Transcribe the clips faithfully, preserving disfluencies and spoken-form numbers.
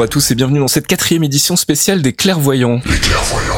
Bonjour à tous et bienvenue dans cette quatrième édition spéciale des Clairvoyants. Les Clairvoyants.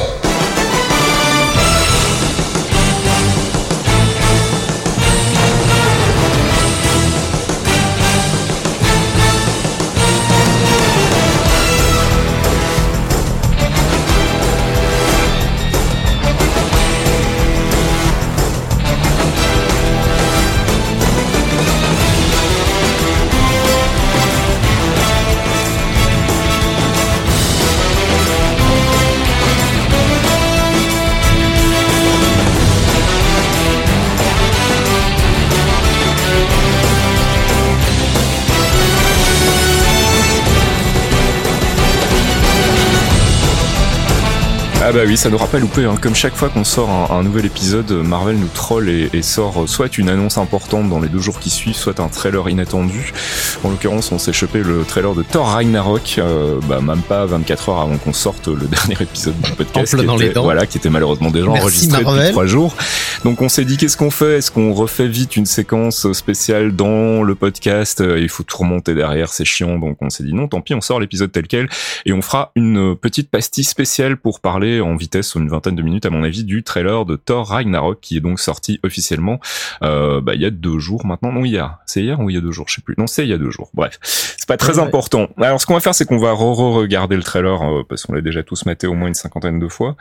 Ah bah oui, ça n'aura pas loupé, hein. Comme chaque fois qu'on sort un, un nouvel épisode, Marvel nous troll et, et sort soit une annonce importante dans les deux jours qui suivent, soit un trailer inattendu. En l'occurrence, on s'est chopé le trailer de Thor Ragnarok, euh, bah même pas vingt-quatre heures avant qu'on sorte le dernier épisode du podcast, qui dans était, les dents. voilà, qui était malheureusement déjà Merci enregistré Marvel. depuis trois jours. Donc on s'est dit, qu'est-ce qu'on fait? Est-ce qu'on refait vite une séquence spéciale dans le podcast? Il faut tout remonter derrière, c'est chiant. Donc on s'est dit non, tant pis, on sort l'épisode tel quel et on fera une petite pastille spéciale pour parler en vitesse, une vingtaine de minutes à mon avis, du trailer de Thor Ragnarok, qui est donc sorti officiellement euh, bah, il y a deux jours maintenant. Non, hier. C'est hier ou il y a deux jours? Je sais plus. Non, c'est il y a deux jours. Bref, c'est pas très ouais, important. Ouais. Alors, ce qu'on va faire, c'est qu'on va re-regarder le trailer, euh, parce qu'on l'a déjà tous maté au moins une cinquantaine de fois.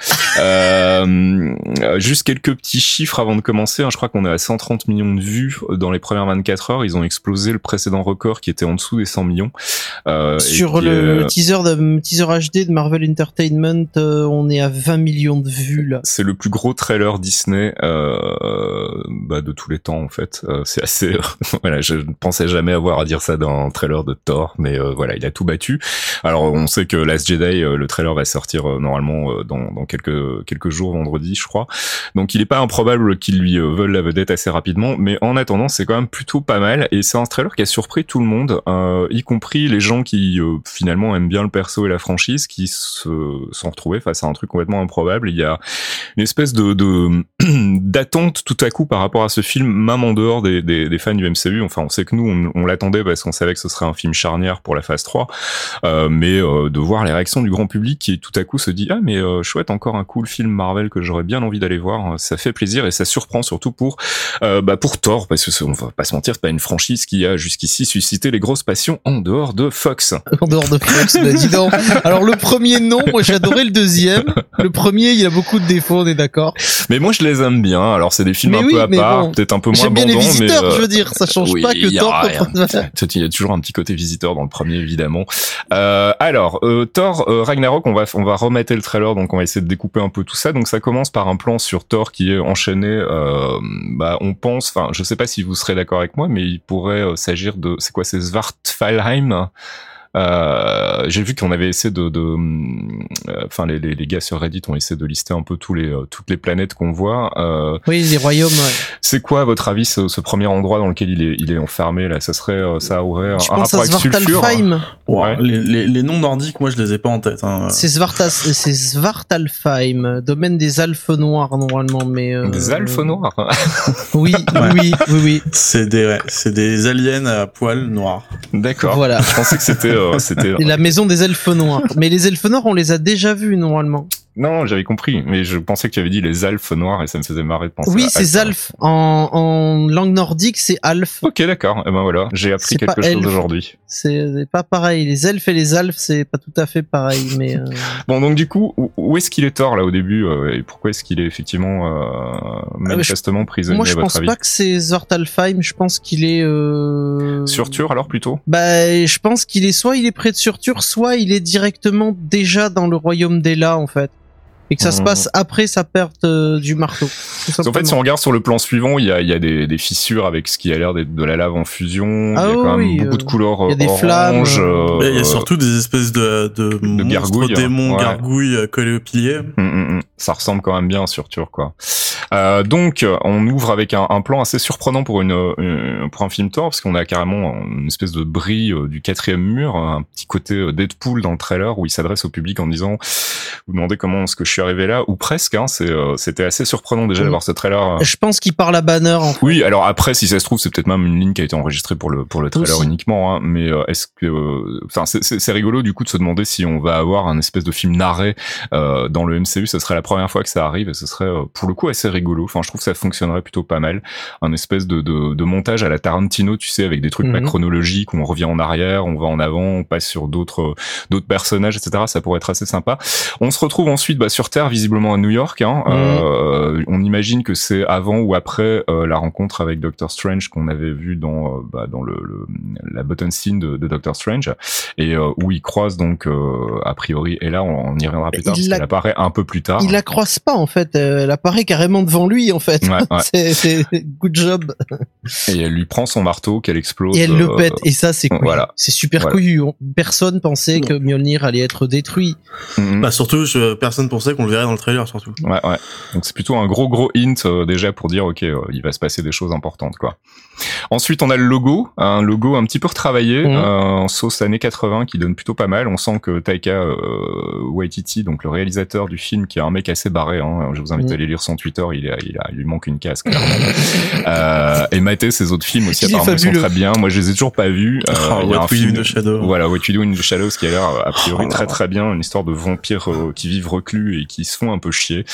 Euh, juste quelques petits chiffres avant de commencer. Hein. Je crois qu'on est à cent trente millions de vues dans les premières vingt-quatre heures. Ils ont explosé le précédent record qui était en dessous des cent millions. Euh, Sur qui, le euh... teaser de teaser H D de Marvel Entertainment, euh, on est à vingt millions de vues là. C'est le plus gros trailer Disney euh, bah, de tous les temps en fait. Euh, c'est assez. Euh, voilà, je ne pensais jamais avoir à dire ça dans un trailer de Thor, mais euh, voilà, il a tout battu. Alors on sait que Last Jedi, euh, le trailer va sortir euh, normalement euh, dans, dans quelques quelques jours, vendredi, je crois. Donc il est pas improbable qu'ils lui euh, veulent la vedette assez rapidement, mais en attendant, c'est quand même plutôt pas mal. Et c'est un trailer qui a surpris tout le monde, euh, y compris les gens qui euh, finalement aiment bien le perso et la franchise, qui se sont retrouvés face à un truc complètement improbable. Il y a une espèce de, de d'attente tout à coup par rapport à ce film, même en dehors des, des, des fans du M C U. Enfin, on sait que nous, on, on l'attendait parce qu'on savait que ce serait un film charnière pour la phase trois, euh, mais euh, de voir les réactions du grand public qui tout à coup se dit « Ah, mais euh, chouette, encore un cool film Marvel que j'aurais bien envie d'aller voir », ça fait plaisir et ça surprend surtout pour euh, bah pour Thor, parce que on va pas se mentir, c'est pas une franchise qui a jusqu'ici suscité les grosses passions en dehors de Fox. En dehors de Fox, bah dis donc. Alors le premier non, moi j'ai adoré le deuxième. Le premier, il y a beaucoup de défauts, on est d'accord. Mais moi je les aime bien. Alors c'est des films mais un oui, peu à part, bon, peut-être un peu moins bandants. J'aime bien les visiteurs, mais euh... je veux dire, ça change oui, pas que Thor. Il y a toujours un petit côté visiteur dans le premier, évidemment. Euh, alors euh, Thor euh, Ragnarok, on va on va remettre le trailer, donc on va essayer de découper un peu tout ça. Donc ça commence par un plan sur Thor qui est enchaîné. Euh, bah on pense, enfin je sais pas si vous serez d'accord avec moi, mais il pourrait euh, s'agir de, c'est quoi, c'est Svartalfheim. Euh, j'ai vu qu'on avait essayé de, de enfin euh, les, les les gars sur Reddit ont essayé de lister un peu tous les euh, toutes les planètes qu'on voit. Euh, oui, les royaumes. Ouais. C'est quoi à votre avis ce, ce premier endroit dans lequel il est il est enfermé là? Ça serait ça aurait je un rapport avec sulfure? Hein. Ouais. Les, les les noms nordiques, moi je les ai pas en tête. Hein. C'est Svartas, c'est Svartalfheim, domaine des Alphes noirs normalement, mais euh... des Alphes noirs. oui, ouais. oui, oui, oui. C'est des ouais, c'est des aliens à poils noirs. D'accord. Voilà. Je pensais que c'était c'était la maison des elfes noirs. Mais les elfes noirs, on les a déjà vus normalement. Non, j'avais compris, mais je pensais que tu avais dit les Alphes noirs et ça me faisait marrer de penser. Oui, à c'est Zalf. En, en langue nordique, c'est Alf. Ok, d'accord. Et ben voilà, j'ai appris c'est quelque chose aujourd'hui. C'est pas pareil. Les elfes et les Alphes, c'est pas tout à fait pareil, mais. Euh... Bon, donc du coup, où est-ce qu'il est Thor là au début euh, et pourquoi est-ce qu'il est effectivement euh, manifestement ah, je... prisonnier Moi, à votre avis? Je pense pas que c'est Svartalfheim. Je pense qu'il est. Euh... Surtur alors plutôt? Bah, je pense qu'il est soit il est près de Surtur, soit il est directement déjà dans le royaume d'Ela en fait. Et que ça mmh. se passe après sa perte euh, du marteau. En fait, si on regarde sur le plan suivant, il y a, il y a des, des fissures avec ce qui a l'air d'être de la lave en fusion. Ah il y a quand oui, même beaucoup euh, de couleurs orange. Il y a des flammes. Euh, il y a surtout des espèces de, de, de gargouilles, démons, ouais. gargouilles collés au pilier. Mmh, mmh, mmh. Ça ressemble quand même bien à Surtur, quoi. Euh, donc, on ouvre avec un, un plan assez surprenant pour une, une pour un film Thor, parce qu'on a carrément une espèce de bris du quatrième mur, un petit côté Deadpool dans le trailer où il s'adresse au public en disant, vous demandez comment est-ce que je suis arrivé là, ou presque. Hein, c'est, c'était assez surprenant déjà mmh. d'avoir ce trailer. Je pense qu'il parle à Banner. En fait. Oui, alors après, si ça se trouve, c'est peut-être même une ligne qui a été enregistrée pour le pour le trailer Aussi. uniquement. Hein, mais est-ce que, enfin, c'est, c'est, c'est rigolo du coup de se demander si on va avoir un espèce de film narré euh, dans le M C U. Ce serait la première fois que ça arrive et ce serait euh, pour le coup assez rigolo. Enfin, je trouve que ça fonctionnerait plutôt pas mal. Un espèce de de, de montage à la Tarantino, tu sais, avec des trucs mmh. pas chronologiques, où on revient en arrière, on va en avant, on passe sur d'autres d'autres personnages, et cetera. Ça pourrait être assez sympa. On se retrouve ensuite bah, sur Terre, visiblement à New York. Hein. Mmh. Euh, on imagine que c'est avant ou après euh, la rencontre avec Doctor Strange qu'on avait vu dans euh, bah, dans le, le la button scene de, de Doctor Strange et euh, où il croise donc euh, a priori. Et là, on, on y reviendra plus tard il parce qu'elle apparaît un peu plus tard. Il la croise pas en fait. Elle apparaît carrément devant lui en fait. Ouais, ouais. c'est, c'est good job. Et elle lui prend son marteau qu'elle explose. Et elle euh, le pète. Et ça, c'est couillu. Voilà. C'est super voilà. couillu. Personne pensait non. que Mjolnir allait être détruit. Mm-hmm. Bah surtout, je, personne pensait qu'on le verrait dans le trailer surtout. Ouais, ouais. Donc c'est plutôt un gros gros hint euh, déjà pour dire ok, euh, il va se passer des choses importantes quoi. Ensuite, on a le logo, un logo un petit peu retravaillé, mmh. euh, en sauce années quatre-vingts, qui donne plutôt pas mal. On sent que Taika euh, Waititi, donc le réalisateur du film, qui est un mec assez barré, hein, je vous invite mmh. à aller lire son Twitter, il, est, il, a, il lui manque une casque. euh, et mater ses autres films aussi, il apparemment, sont très bien. Moi, je les ai toujours pas vus. Euh, oh, il y a What un We film Do in the Shadows. Voilà, What We Do in the Shadows, qui a l'air a priori oh, très très bien, une histoire de vampires euh, qui vivent reclus et qui se font un peu chier.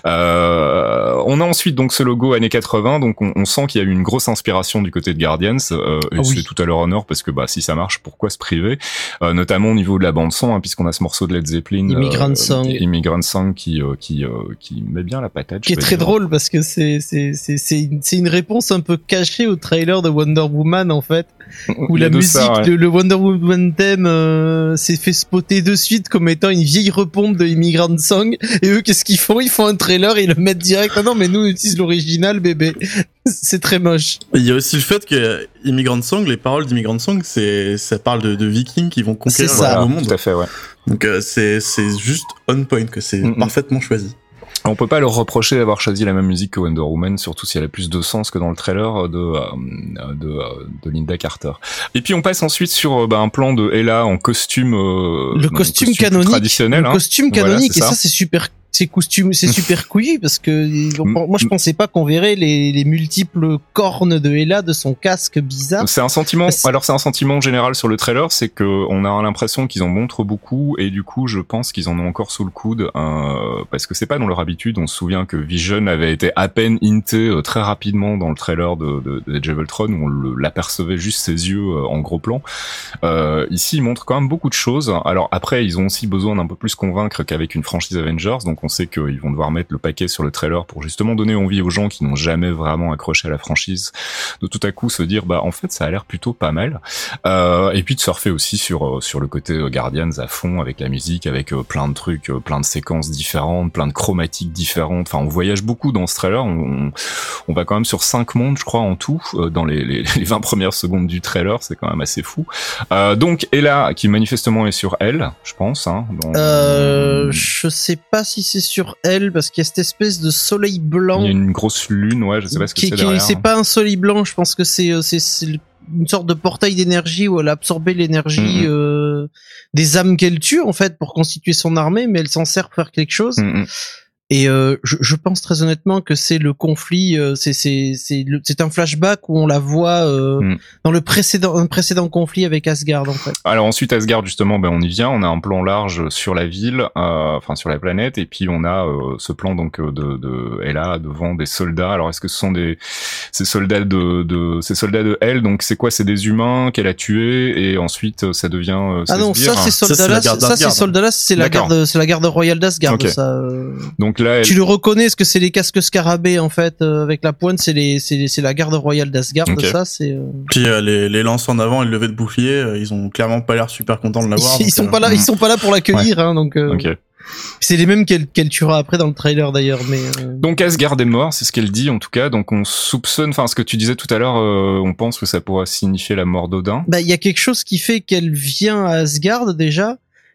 Euh, on a ensuite donc ce logo années quatre-vingts, donc on, on sent qu'il y a eu une grosse inspiration du côté de Guardians. Euh, et oh, c'est oui. tout à leur honneur parce que bah si ça marche, pourquoi se priver, euh, notamment au niveau de la bande son, hein, puisqu'on a ce morceau de Led Zeppelin, Immigrant euh, Song, Immigrant Song qui euh, qui euh, qui met bien la patate. Qui est très dire. drôle parce que c'est c'est c'est c'est une, c'est une réponse un peu cachée au trailer de Wonder Woman en fait, où la musique, ça, ouais. de, le Wonder Woman theme euh, s'est fait spotter de suite comme étant une vieille repompe de Immigrant Song. Et eux, qu'est-ce qu'ils font ? Ils font un trailer et ils le mettent direct. Ah non, mais nous on utilise l'original, bébé. C'est très moche. Il y a aussi le fait que Immigrant Song, les paroles d'Immigrant Song, c'est ça parle de, de Vikings qui vont conquérir le nouveau monde. Tout à fait, ouais. Donc euh, c'est c'est juste on point, que c'est mm-hmm. parfaitement choisi. On peut pas leur reprocher d'avoir choisi la même musique que Wonder Woman, surtout si elle a plus de sens que dans le trailer de euh, de, euh, de Linda Carter. Et puis on passe ensuite sur bah, un plan de Hela en costume, euh, le costume, costume canonique, traditionnel, le hein. costume canonique, voilà, et ça, ça c'est super. C'est costume, c'est super couillu parce que moi je pensais pas qu'on verrait les, les multiples cornes de Hela de son casque bizarre. C'est un sentiment. C'est... Alors c'est un sentiment général sur le trailer, c'est que on a l'impression qu'ils en montrent beaucoup et du coup je pense qu'ils en ont encore sous le coude euh, parce que c'est pas dans leur habitude. On se souvient que Vision avait été à peine hinté euh, très rapidement dans le trailer de, de, de Age of Ultron où on le, l'apercevait juste ses yeux euh, en gros plan. Euh, ici ils montrent quand même beaucoup de choses. Alors après ils ont aussi besoin d'un peu plus convaincre qu'avec une franchise Avengers, donc on sait qu'ils vont devoir mettre le paquet sur le trailer pour justement donner envie aux gens qui n'ont jamais vraiment accroché à la franchise de tout à coup se dire bah en fait ça a l'air plutôt pas mal euh, et puis de surfer aussi sur sur le côté Guardians à fond avec la musique, avec euh, plein de trucs, euh, plein de séquences différentes, plein de chromatiques différentes. Enfin on voyage beaucoup dans ce trailer. On, on va quand même sur cinq mondes je crois en tout euh, dans les, les, les vingt premières secondes du trailer, c'est quand même assez fou. Euh, donc Hela qui manifestement est sur elle, je pense. Hein, dans... euh, je sais pas si c'est sur elle parce qu'il y a cette espèce de soleil blanc. Il y a une grosse lune, ouais, je sais pas ce que qui, c'est qui, derrière. C'est pas un soleil blanc, je pense que c'est c'est, c'est une sorte de portail d'énergie où elle a absorbé l'énergie mmh. euh, des âmes qu'elle tue en fait pour constituer son armée, mais elle s'en sert pour faire quelque chose. Mmh. Et euh, je, je pense très honnêtement que c'est le conflit, euh, c'est c'est c'est le, c'est un flashback où on la voit euh, mm. dans le précédent un précédent conflit avec Asgard en fait. Alors ensuite Asgard justement, ben on y vient, on a un plan large sur la ville, euh, enfin sur la planète, et puis on a euh, ce plan donc de de Hela devant des soldats. Alors est-ce que ce sont des ces soldats de de ces soldats de elle, donc c'est quoi, c'est des humains qu'elle a tués et ensuite ça devient euh, ah non ça ces soldats là ça, ça ces soldats là c'est la garde c'est la garde royale d'Asgard okay. ça. Euh... Donc là, elle... tu le reconnais, est-ce que c'est les casques scarabées en fait euh, avec la pointe, c'est les c'est les, c'est la garde royale d'Asgard. Okay. Ça c'est. Euh... Puis euh, les les lances en avant et le lever de bouclier, euh, ils ont clairement pas l'air super contents de l'avoir. Ils, ils sont euh... pas là, ils sont pas là pour l'accueillir, ouais. hein, donc. Euh... Okay. C'est les mêmes qu'elle qu'elle tuera après dans le trailer d'ailleurs, mais. Euh... Donc Asgard est mort, c'est ce qu'elle dit en tout cas. Donc on soupçonne, enfin ce que tu disais tout à l'heure, euh, on pense que ça pourrait signifier la mort d'Odin. Bah il y a quelque chose qui fait qu'elle vient à Asgard déjà.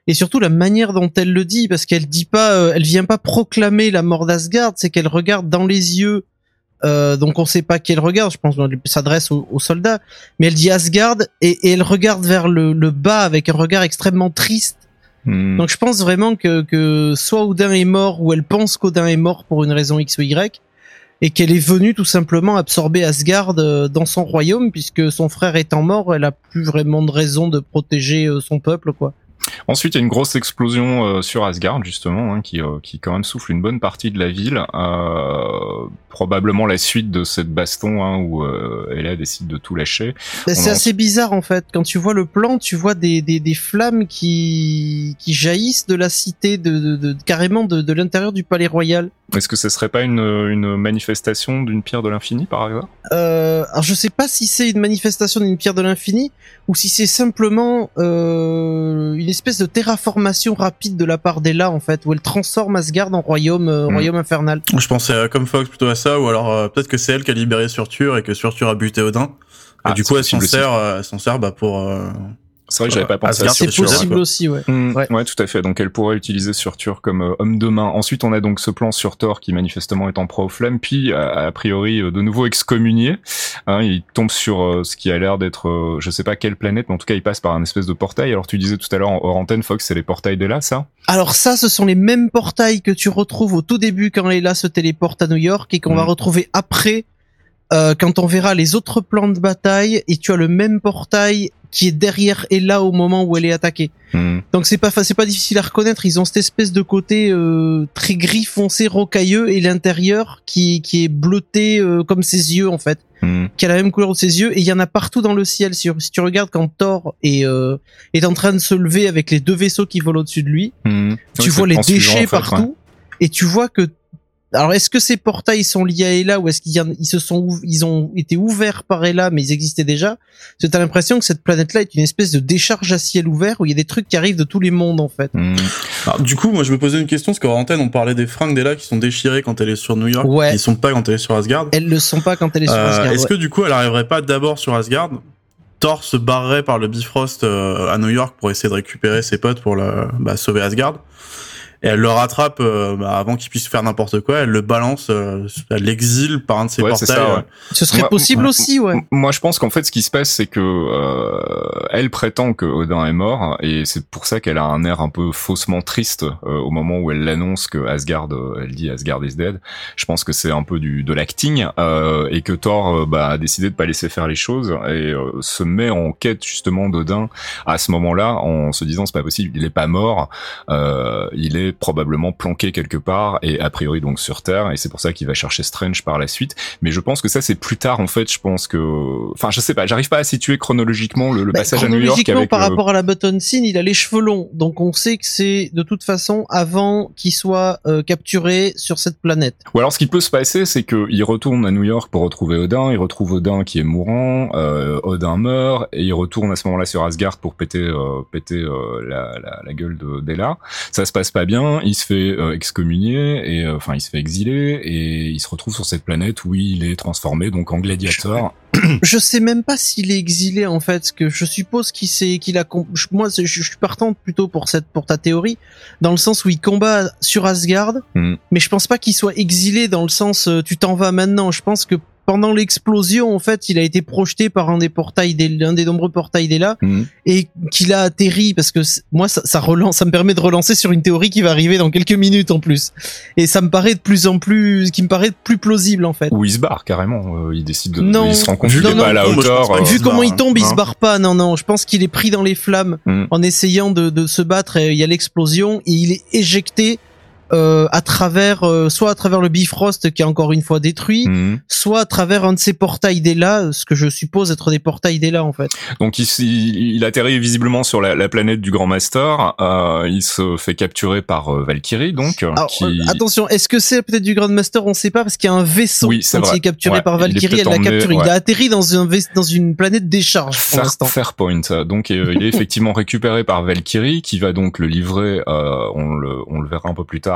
et surtout la manière dont elle le dit, parce qu'elle dit pas, euh, elle vient pas proclamer la mort d'Asgard, c'est qu'elle regarde dans les yeux, euh, donc on sait pas qui elle regarde, je pense qu'elle s'adresse aux, aux soldats, mais elle dit Asgard et, et elle regarde vers le, le bas avec un regard extrêmement triste. Mmh. Donc je pense vraiment que, que soit Odin est mort ou elle pense qu'Odin est mort pour une raison X ou Y, et qu'elle est venue tout simplement absorber Asgard dans son royaume, puisque son frère étant mort, elle a plus vraiment de raison de protéger son peuple, quoi. Ensuite, il y a une grosse explosion euh, sur Asgard, justement, hein, qui, euh, qui quand même souffle une bonne partie de la ville. Euh, probablement la suite de cette baston hein, où euh, Hela décide de tout lâcher. Bah, c'est en... assez bizarre, en fait. Quand tu vois le plan, tu vois des, des, des flammes qui, qui jaillissent de la cité, de, de, de, carrément de, de l'intérieur du palais royal. Est-ce que ce serait pas une, une manifestation d'une pierre de l'infini, par exemple ? euh, Alors, je sais pas si c'est une manifestation d'une pierre de l'infini ou si c'est simplement euh, une espèce de terraformation rapide de la part d'Hela, en fait, où elle transforme Asgard en royaume, euh, mmh. royaume infernal. Je pensais euh, comme Fox plutôt à ça, ou alors euh, peut-être que c'est elle qui a libéré Surtur et que Surtur a buté Odin. Ah, et du coup, elle s'en sert, euh, elle s'en sert bah, pour... Euh... C'est vrai que j'avais pas pensé à ça. C'est possible ouais. aussi, ouais. Mmh, ouais. Ouais, tout à fait. Donc elle pourrait utiliser Surtur comme euh, homme de main. Ensuite, on a donc ce plan sur Thor qui manifestement est en proie aux flammes, puis a, a priori euh, de nouveau excommunié. Hein, il tombe sur euh, ce qui a l'air d'être, euh, je sais pas quelle planète, mais en tout cas, il passe par un espèce de portail. Alors tu disais tout à l'heure en hors antenne, Fox, c'est les portails d'Hela, ça ? Alors ça, ce sont les mêmes portails que tu retrouves au tout début quand Hela se téléporte à New York et qu'on mmh. va retrouver après. Euh, quand on verra les autres plans de bataille, et tu as le même portail qui est derrière Hela au moment où elle est attaquée. Mmh. Donc c'est pas c'est pas difficile à reconnaître. Ils ont cette espèce de côté euh, très gris foncé, rocailleux, et l'intérieur qui qui est bleuté euh, comme ses yeux en fait, mmh. qui a la même couleur de ses yeux. Et il y en a partout dans le ciel. Si, si tu regardes quand Thor est euh, est en train de se lever avec les deux vaisseaux qui volent au-dessus de lui, mmh. tu oui, vois les déchets en fait, partout, ouais. Et tu vois que alors, est-ce que ces portails sont liés à Hela ou est-ce qu'ils ils se sont, ils ont été ouverts par Hela mais ils existaient déjà? Parce que t'as l'impression que cette planète-là est une espèce de décharge à ciel ouvert où il y a des trucs qui arrivent de tous les mondes en fait. Mmh. Alors, du coup, moi je me posais une question parce qu'en antenne on parlait des fringues d'Hela qui sont déchirées quand elle est sur New York. Ouais. Ils sont pas quand elle est sur Asgard. Elles le sont pas quand elle est sur euh, Asgard. Est-ce ouais. que du coup elle arriverait pas d'abord sur Asgard? Thor se barrerait par le Bifrost euh, à New York pour essayer de récupérer ses potes pour le, bah, sauver Asgard. Et elle le rattrape euh, bah, avant qu'il puisse faire n'importe quoi, elle le balance, euh, elle l'exile par un de ses ouais, portails. Ça, ouais. Ce serait moi, possible moi, aussi, ouais. Moi, je pense qu'en fait, ce qui se passe, c'est que euh, elle prétend que Odin est mort, et c'est pour ça qu'elle a un air un peu faussement triste euh, au moment où elle l'annonce que Asgard, euh, elle dit Asgard is dead. Je pense que c'est un peu du de l'acting euh, et que Thor euh, bah, a décidé de pas laisser faire les choses et euh, se met en quête justement d'Odin à ce moment-là, en se disant c'est pas possible, il est pas mort, euh, il est probablement planqué quelque part et a priori donc sur Terre, et c'est pour ça qu'il va chercher Strange par la suite. Mais je pense que ça c'est plus tard en fait. Je pense que, enfin je sais pas, j'arrive pas à situer chronologiquement le, le bah, passage à New York avec par euh... rapport à la Button Scene, il a les cheveux longs, donc on sait que c'est de toute façon avant qu'il soit euh, capturé sur cette planète. Ou alors ce qui peut se passer, c'est que il retourne à New York pour retrouver Odin, il retrouve Odin qui est mourant, euh, Odin meurt et il retourne à ce moment-là sur Asgard pour péter euh, péter euh, la, la la gueule de d'Hela. Ça se passe pas bien. Il se fait euh, excommunier et euh, enfin il se fait exiler et il se retrouve sur cette planète où il est transformé donc en gladiateur. Je sais même pas s'il est exilé en fait, parce que je suppose qu'il s'est qu'il a moi je, je suis partant plutôt pour cette pour ta théorie dans le sens où il combat sur Asgard, mm. mais je pense pas qu'il soit exilé dans le sens euh, tu t'en vas maintenant. Je pense que pendant l'explosion, en fait, il a été projeté par un des portails, des, un des nombreux portails d'Hela, mmh. et qu'il a atterri, parce que moi, ça, ça relance, ça me permet de relancer sur une théorie qui va arriver dans quelques minutes en plus. Et ça me paraît de plus en plus, qui me paraît plus plausible en fait. Ou il se barre carrément, euh, il décide de, non, il se rend compte qu'il est pas à la hauteur. Moi, vu comment barre, il tombe, hein. il se barre pas. Non, non, je pense qu'il est pris dans les flammes mmh. en essayant de, de se battre. Et il y a l'explosion et il est éjecté. Euh, à travers euh, soit à travers le Bifrost qui est encore une fois détruit, mmh. soit à travers un de ces portails d'Hela, ce que je suppose être des portails d'Hela en fait. Donc il, il, il atterrit visiblement sur la, la planète du Grand Master, euh, il se fait capturer par euh, Valkyrie donc. Alors, qui... euh, attention, est-ce que c'est peut-être du Grand Master, on sait pas parce qu'il y a un vaisseau oui, quand il est capturé ouais, par Valkyrie, elle l'a capturé, ouais. Il a atterri dans un vaisse- dans une planète décharge pour Fair, l'instant. Fair point. Donc euh, il est effectivement récupéré par Valkyrie qui va donc le livrer, euh, on le on le verra un peu plus tard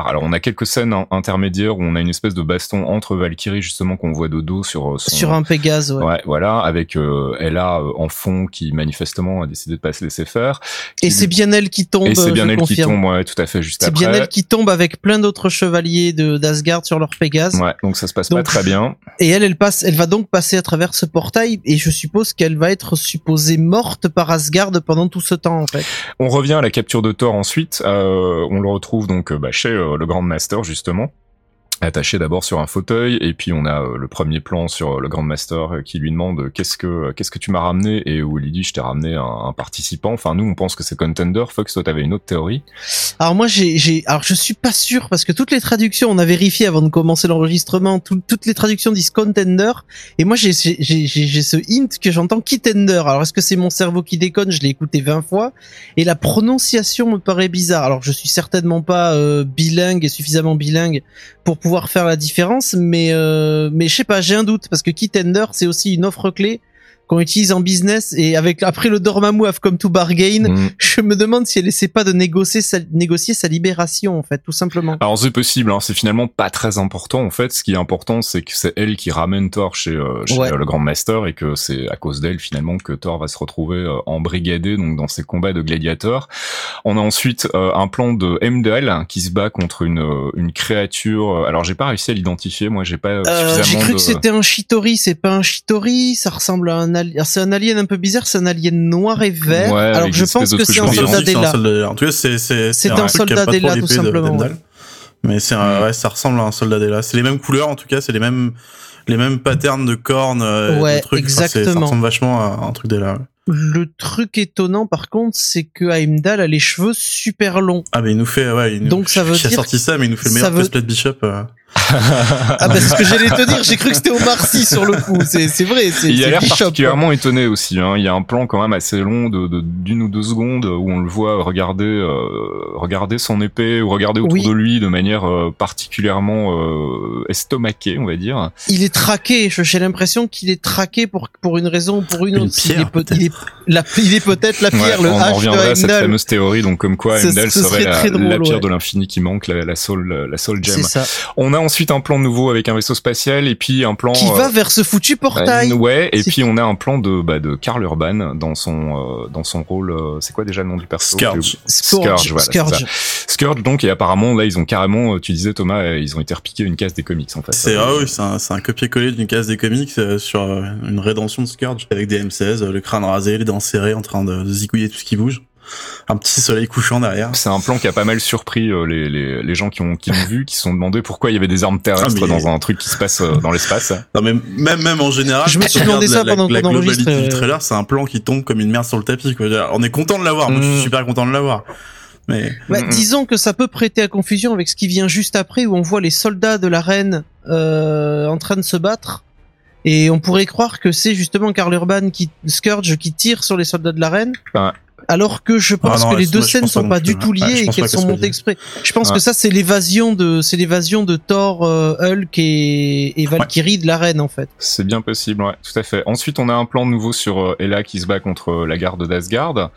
départ. Alors on a quelques scènes hein, intermédiaires où on a une espèce de baston entre Valkyrie justement qu'on voit de dos sur son, sur un Pégase, ouais. Ouais, voilà, avec euh, Ella euh, en fond qui manifestement a décidé de pas se laisser faire. Et c'est bien elle qui tombe. Et c'est bien elle confirme. qui tombe, ouais, tout à fait juste c'est après. C'est bien elle qui tombe avec plein d'autres chevaliers de d'Asgard sur leur Pégase. Ouais, donc ça se passe donc, pas très bien. Et elle, elle passe, elle va donc passer à travers ce portail et je suppose qu'elle va être supposée morte par Asgard pendant tout ce temps en fait. On revient à la capture de Thor ensuite. Euh, on le retrouve donc bah, chez euh, le Grand Master justement. Attaché d'abord sur un fauteuil et puis on a euh, le premier plan sur euh, le Grand Master euh, qui lui demande euh, qu'est-ce que euh, qu'est-ce que tu m'as ramené et où il dit je t'ai ramené un, un participant. Enfin nous on pense que c'est Contender. Fox, toi t'avais une autre théorie. Alors moi j'ai j'ai alors je suis pas sûr parce que toutes les traductions on a vérifié avant de commencer l'enregistrement tout, toutes les traductions disent Contender et moi j'ai j'ai j'ai j'ai ce hint que j'entends Kittender. Alors est-ce que c'est mon cerveau qui déconne? Je l'ai écouté vingt fois et la prononciation me paraît bizarre. Alors je suis certainement pas euh, bilingue et suffisamment bilingue pour pouvoir faire la différence, mais euh, mais je sais pas, j'ai un doute parce que Kittender c'est aussi une offre clé qu'on utilise en business et avec après le Dormammu have come to bargain, mmh. je me demande si elle essaie pas de négocier sa, négocier sa libération en fait, tout simplement. Alors c'est possible, hein, c'est finalement pas très important en fait. Ce qui est important, c'est que c'est elle qui ramène Thor chez, euh, chez ouais. euh, le Grand Master et que c'est à cause d'elle finalement que Thor va se retrouver euh, embrigadé donc dans ses combats de gladiateurs. On a ensuite euh, un plan de Heimdall qui se bat contre une euh, une créature. Alors j'ai pas réussi à l'identifier, moi j'ai pas euh, suffisamment. J'ai cru de... que c'était un Chitori, c'est pas un Chitori, ça ressemble à un c'est un alien un peu bizarre, c'est un alien noir et vert. Ouais, alors je pense que c'est un soldat d'Ella. En tout cas, c'est c'est c'est un, un soldat d'Ella tout simplement. De, mais c'est un, mmh. ouais, ça ressemble à un soldat d'Ella. C'est les mêmes couleurs en tout cas, c'est les mêmes les mêmes patterns de cornes, ouais, de trucs. exactement. Enfin, ça ressemble vachement à un truc d'Ella. Ouais. Le truc étonnant par contre, c'est que Heimdall a les cheveux super longs. Ah mais il nous fait ouais, il nous, donc ça veut dire. Il a sorti ça, mais il nous fait le meilleur veut... cosplay de Bishop. Euh... ah bah c'est ce que j'allais te dire, j'ai cru que c'était Omar Sy sur le coup, c'est c'est vrai, c'est il a l'air Bishop, particulièrement quoi. Étonné aussi hein. Il y a un plan quand même assez long de, de d'une ou deux secondes où on le voit regarder euh, regarder son épée ou regarder autour oui. de lui de manière euh, particulièrement euh, estomaquée, on va dire. Il est traqué, j'ai l'impression qu'il est traqué pour pour une raison ou pour une, une autre. Pierre, il, est peut, il est la il est peut-être la pierre, ouais, le on H en reviendrait de à cette fameuse théorie donc comme quoi Heimdall ce, ce serait, serait la, drôle, la pierre ouais. de l'infini qui manque, la, la soul la soul gem. C'est ça. On a ensuite un plan nouveau avec un vaisseau spatial et puis un plan qui euh, va vers ce foutu portail. Euh, ouais, et puis on a un plan de bah de Karl Urban dans son euh, dans son rôle. Euh, c'est quoi déjà le nom du perso? Scourge. Scourge. Voilà, Scourge. Scourge. Donc et apparemment là ils ont carrément, tu disais Thomas, ils ont été repiqués une case des comics en fait. C'est ah oui, c'est un c'est un copier-coller d'une case des comics euh, sur euh, une rédemption de Scourge avec des M seize, euh, le crâne rasé, les dents serrées, en train de, de zigouiller tout ce qui bouge. Un petit soleil couchant derrière. C'est un plan qui a pas mal surpris euh, les, les, les gens qui ont, qui l'ont vu, qui se sont demandé pourquoi il y avait des armes terrestres ah, mais... dans un truc qui se passe euh, dans l'espace. Non, mais même, même en général, je me suis demandé ça la, pendant la, qu'on enregistre. La globalité du trailer, c'est un plan qui tombe comme une merde sur le tapis, quoi. On est content de l'avoir. Moi, mmh. je suis super content de l'avoir. Mais... Ouais, mmh. Disons que ça peut prêter à confusion avec ce qui vient juste après où on voit les soldats de la reine, euh, en train de se battre. Et on pourrait croire que c'est justement Karl Urban qui, Scourge qui tire sur les soldats de la reine. Ouais. Alors que je pense ah non, que les deux scènes sont pas du tout liées ouais, et qu'elles sont montées exprès. Je pense ouais. que ça c'est l'évasion de c'est l'évasion de Thor, euh, Hulk et, et Valkyrie ouais. de l'arène en fait. C'est bien possible, ouais, tout à fait. Ensuite, on a un plan nouveau sur euh, Ella qui se bat contre euh, la garde d'Asgard.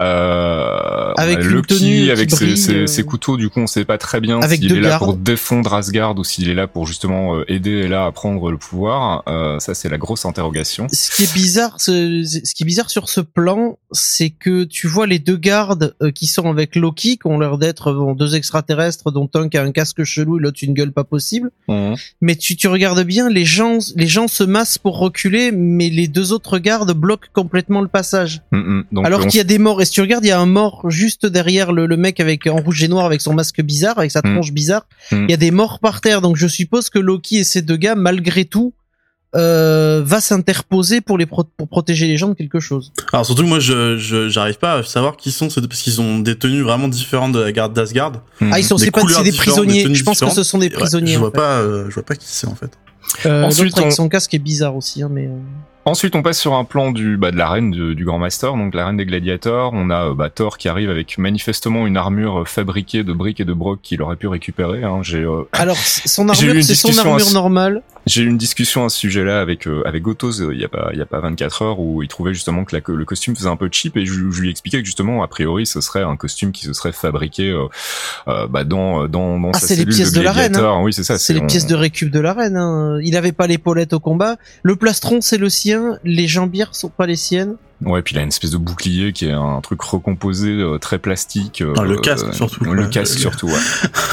Euh, avec une Loki, tenue avec qui ses, brille, ses, euh... ses couteaux, du coup, on sait pas très bien avec s'il est là gardes. pour défendre Asgard ou s'il est là pour justement euh, aider Ella à prendre le pouvoir. Euh, ça, c'est la grosse interrogation. Ce qui est bizarre, ce, ce qui est bizarre sur ce plan, c'est que tu vois les deux gardes euh, qui sont avec Loki, qui ont l'air d'être bon, deux extraterrestres, dont un qui a un casque chelou et l'autre une gueule pas possible. Mmh. Mais tu, tu regardes bien, les gens, les gens se massent pour reculer, mais les deux autres gardes bloquent complètement le passage. Mmh, donc Alors on... qu'il y a des morts. Et si tu regardes, il y a un mort juste derrière le, le mec avec en rouge et noir avec son masque bizarre, avec sa tronche mmh. bizarre. Il mmh. y a des morts par terre. Donc je suppose que Loki et ces deux gars, malgré tout, Euh, va s'interposer pour les pro- pour protéger les gens de quelque chose. Alors surtout que moi je, je j'arrive pas à savoir qui sont ces deux, parce qu'ils ont des tenues vraiment différentes de la garde d'Asgard. Ah ils sont c'est pas c'est des prisonniers. Je pense que ce sont des prisonniers. Ouais, je vois en fait. pas euh, je vois pas qui c'est en fait. Euh, Ensuite on... avec son casque est bizarre aussi hein, mais euh... Ensuite, on passe sur un plan du bah de l'arène du, du Grand Master, donc l'arène des gladiators. On a bah, Thor qui arrive avec manifestement une armure fabriquée de briques et de brocs qu'il aurait pu récupérer. Hein. J'ai euh... alors son armure, c'est son armure à... normale. J'ai eu une discussion à ce sujet-là avec euh, avec Gotos il y a pas il y a pas vingt-quatre heures où il trouvait justement que la, le costume faisait un peu cheap et je, je lui expliquais que justement a priori ce serait un costume qui se serait fabriqué euh, euh, bah dans dans dans ah, sa c'est cellule les pièces de de l'arène. Hein. Oui, c'est ça. C'est, c'est les on... pièces de récup de l'arène. Hein. Il avait pas l'épaulette au combat. Le plastron c'est le sien. Les jambières sont pas les siennes. Ouais, puis il a une espèce de bouclier qui est un truc recomposé, euh, très plastique. Euh, ah, le casque euh, surtout. Le quoi. casque le... surtout, ouais.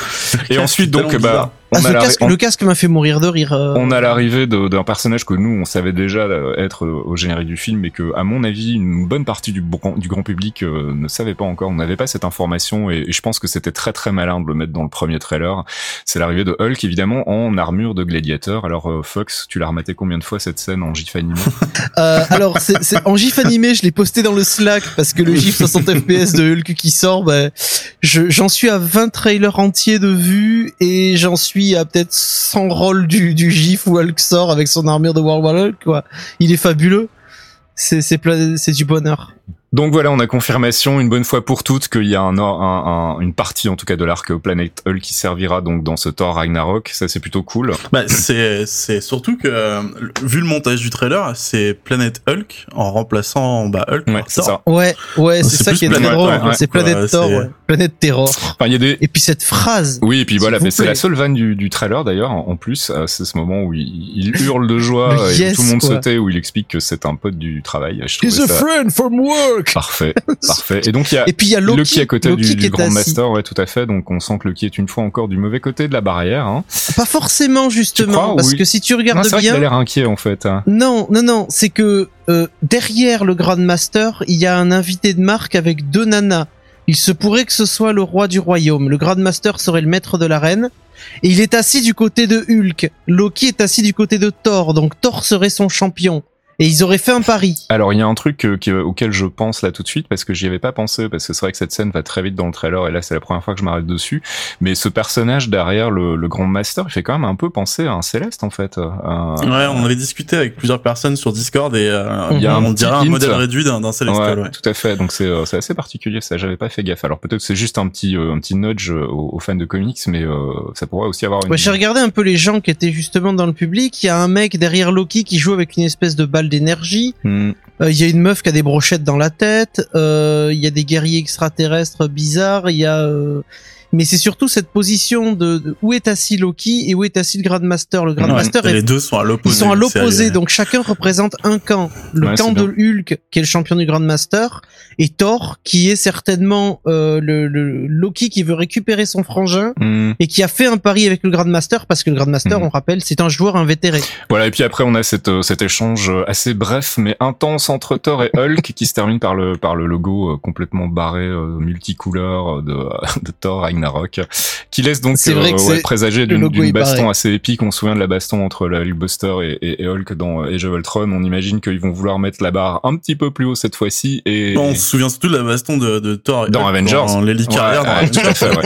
Et ensuite donc bah on ah, a le, casque, on... le casque m'a fait mourir de rire. Euh... On a l'arrivée de, d'un personnage que nous on savait déjà être au générique du film et que à mon avis une bonne partie du, du grand public euh, ne savait pas encore. On n'avait pas cette information et, et je pense que c'était très très malin de le mettre dans le premier trailer. C'est l'arrivée de Hulk évidemment en armure de gladiateur. Alors euh, Fox, tu l'as rematé combien de fois cette scène en gif animé? euh, Alors c'est, c'est, en gif animé, je l'ai posté dans le Slack parce que le gif soixante F P S de Hulk qui sort, bah, je, j'en suis à vingt trailers entiers de vues et j'en suis à peut-être cent rolls du, du gif où Hulk sort avec son armure de World War Hulk, quoi. Il est fabuleux. C'est, c'est, pla- c'est du bonheur. Donc voilà, on a confirmation une bonne fois pour toutes qu'il y a un, un, un une partie en tout cas de l'arc Planet Hulk qui servira donc dans ce Thor Ragnarok. Ça c'est plutôt cool. Bah c'est c'est surtout que euh, vu le montage du trailer, c'est Planet Hulk en remplaçant bah Hulk. Ouais, c'est ça. Ouais, ouais, c'est, c'est ça qui est très drôle. Ouais, ouais, c'est Planet ouais, Thor, c'est... Ouais. Planète Terror. Enfin, il y a des... Et puis cette phrase. Oui, et puis voilà, mais c'est la seule vanne du, du trailer d'ailleurs. En plus, c'est ce moment où il, il hurle de joie et yes, où tout le monde quoi. se tait, où il explique que c'est un pote du travail. Je He's a ça... friend from work. Parfait, parfait. Et donc il y a, et puis il y a Loki, Loki à côté Loki du, du Grand assis. Master, ouais, tout à fait. Donc on sent que Loki est une fois encore du mauvais côté de la barrière. Hein. Pas forcément justement, crois, parce oui. que si tu regardes non, c'est bien, vrai qu'il a l'air inquiet en fait. Hein. Non, non, non, c'est que euh, derrière le Grand Master, il y a un invité de marque avec deux nanas. Il se pourrait que ce soit le roi du royaume. Le Grand Master serait le maître de l'arène. Et il est assis du côté de Hulk. Loki est assis du côté de Thor. Donc Thor serait son champion. Et ils auraient fait un pari. Alors il y a un truc euh, qui, auquel je pense là tout de suite parce que j'y avais pas pensé parce que c'est vrai que cette scène va très vite dans le trailer et là c'est la première fois que je m'arrête dessus. Mais ce personnage derrière le, le Grand Master, il fait quand même un peu penser à un Céleste en fait. Euh, ouais, on avait discuté avec plusieurs personnes sur Discord et euh, il y a un, on dirait un modèle réduit d'un, d'un Célestial. Ouais, ouais, tout à fait. Donc c'est euh, c'est assez particulier ça. J'avais pas fait gaffe. Alors peut-être que c'est juste un petit euh, un petit nudge aux, aux fans de comics, mais euh, ça pourrait aussi avoir une. Ouais, j'ai regardé un peu les gens qui étaient justement dans le public. Il y a un mec derrière Loki qui joue avec une espèce de balle d'énergie. Il mm. euh, y a une meuf qui a des brochettes dans la tête, il euh, y a des guerriers extraterrestres bizarres, il y a euh... mais c'est surtout cette position de, de où est assis Loki et où est assis le Grand Master. Le Grand ouais, Master est... les deux sont à l'opposé. Ils sont à l'opposé, donc chacun représente un camp. Le ouais, camp de Hulk qui est le champion du Grand Master et Thor qui est certainement euh, le, le Loki qui veut récupérer son frangin mm. et qui a fait un pari avec le Grand Master parce que le Grand Master, mm. on rappelle, c'est un joueur invétéré. Voilà, et puis après on a cette, cet échange assez bref mais intense entre Thor et Hulk qui se termine par le par le logo complètement barré euh, multicouleur de, de Thor Ragnarok, qui laisse donc euh, ouais, présager d'une, d'une baston assez épique. On se souvient de la baston entre la Hulkbuster et, et, et Hulk dans Age of Ultron. On imagine qu'ils vont vouloir mettre la barre un petit peu plus haut cette fois-ci. Et bon, on se souvient surtout de la baston de, de Thor et dans Hulk, Avengers, dans l'hélicarrière. Ouais, ouais, tout à fait,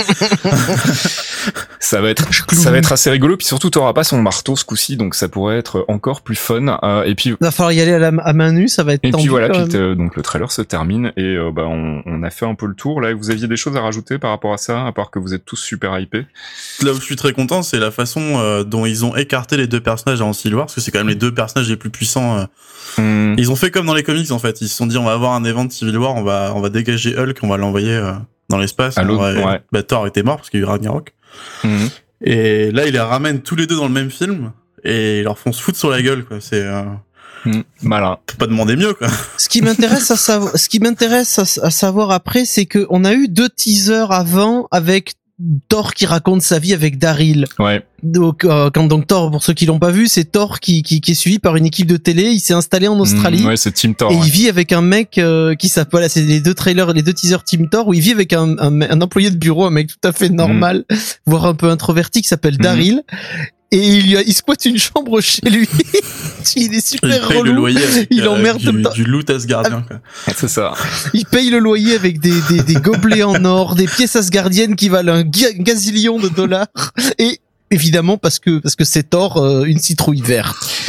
ouais. Ça va être, ça va être assez rigolo. Puis surtout, t'auras pas son marteau ce coup-ci, donc ça pourrait être encore plus fun. Euh, et puis, il va falloir y aller à, la, à main nue, ça va être. Et tendu puis voilà, puis euh, donc le trailer se termine et euh, bah on, on a fait un peu le tour. Là, vous aviez des choses à rajouter par rapport à ça, à part que vous êtes tous super hypés. Là où je suis très content, c'est la façon euh, dont ils ont écarté les deux personnages en Civil War, parce que c'est quand même les deux personnages les plus puissants. Euh. Mm. Ils ont fait comme dans les comics en fait. Ils se sont dit on va avoir un event Civil War, on va on va dégager Hulk, on va l'envoyer euh, dans l'espace. À l'autre, va, ouais. Bah, Thor était mort parce qu'il y a eu Ragnarok. Mm. Et là, ils les ramènent tous les deux dans le même film et ils leur font se foutre sur la gueule, quoi. C'est euh... Mmh, malin. Faut pas demander mieux, quoi. Ce qui m'intéresse à savoir, ce qui m'intéresse à, à savoir après, c'est que on a eu deux teasers avant avec Thor qui raconte sa vie avec Daryl. Ouais. Donc euh, quand donc Thor, pour ceux qui l'ont pas vu, c'est Thor qui, qui qui est suivi par une équipe de télé. Il s'est installé en Australie. Mmh, ouais, c'est Team Thor. Et ouais. il vit avec un mec euh, qui s'appelle, voilà, c'est les deux trailers, les deux teasers Team Thor où il vit avec un, un, un employé de bureau, un mec tout à fait normal, mmh. voire un peu introverti, qui s'appelle mmh. Daryl. Et il, lui a, il squatte une chambre chez lui. Il est super il paye relou. Le loyer avec, il emmerde du, du loot asgardien, quoi. C'est ça. Il paye le loyer avec des, des, des gobelets en or, des pièces asgardiennes qui valent un gazillion de dollars. Et évidemment, parce que, parce que c'est Thor, euh, une citrouille verte.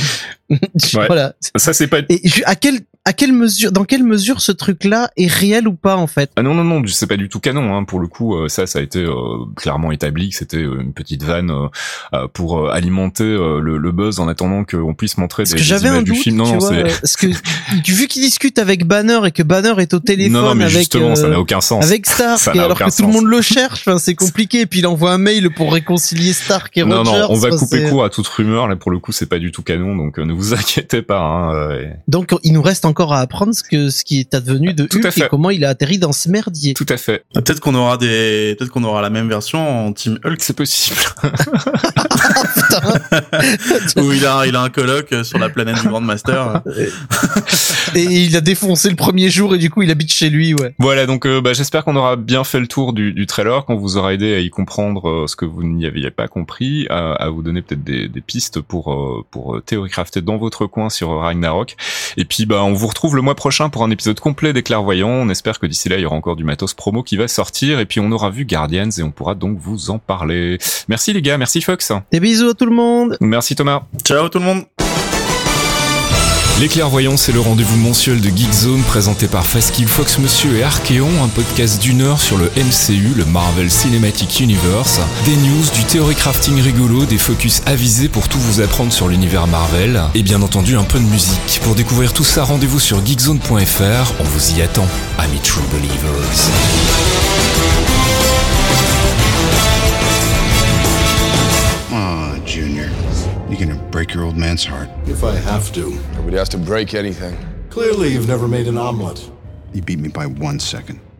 Ouais. Voilà. Ça c'est pas. Et à quelle à quelle mesure, dans quelle mesure ce truc-là est réel ou pas en fait? Ah non non non, c'est pas du tout canon. Hein. Pour le coup, euh, ça ça a été euh, clairement établi que c'était une petite vanne euh, pour euh, alimenter euh, le, le buzz en attendant qu'on puisse montrer Parce des, que des j'avais images un du doute, film. Non tu non, vois, c'est. Euh, parce que vu qu'il discute avec Banner et que Banner est au téléphone non, non, mais avec justement, euh, ça n'a aucun sens. avec Stark, Ça et n'a alors aucun que tout le sens. monde le cherche, enfin, c'est compliqué. Et puis il envoie un mail pour réconcilier Stark et non Rogers. non, on va enfin, couper c'est- court à toute rumeur. Là pour le coup, c'est pas du tout canon, donc euh, ne vous inquiétez pas. Hein, euh, et- Donc il nous reste encore à apprendre ce que ce qui est advenu de Tout à Hulk fait. et comment il a atterri dans ce merdier. Tout à fait. Ah, Peut-être qu'on aura des, peut-être qu'on aura la même version en Team Hulk. C'est possible. Où il a, il a un coloc sur la planète du Grandmaster. Et il a défoncé le premier jour et du coup il habite chez lui, ouais. Voilà, donc euh, bah, j'espère qu'on aura bien fait le tour du, du trailer, qu'on vous aura aidé à y comprendre euh, ce que vous n'y aviez pas compris, à, à vous donner peut-être des, des pistes pour euh, pour théorie-crafter dans votre coin sur Ragnarok. Et puis bah on vous retrouve le mois prochain pour un épisode complet des Clairvoyants. On espère que d'ici là il y aura encore du matos promo qui va sortir et puis on aura vu Guardians et on pourra donc vous en parler. Merci les gars, merci Fox. Des bisous à tout le monde. Merci Thomas. Ciao tout le monde. Les Clairvoyants, c'est le rendez-vous mensuel de Geekzone présenté par Faskill, Fox Monsieur et Archeon, un podcast d'une heure sur le M C U, le Marvel Cinematic Universe, des news, du theory crafting rigolo, des focus avisés pour tout vous apprendre sur l'univers Marvel, et bien entendu un peu de musique. Pour découvrir tout ça, rendez-vous sur geekzone point f r, on vous y attend, amis True Believers. Aw, Junior. You're gonna break your old man's heart. If I have to. Nobody has to break anything. Clearly, you've never made an omelet. You beat me by one second.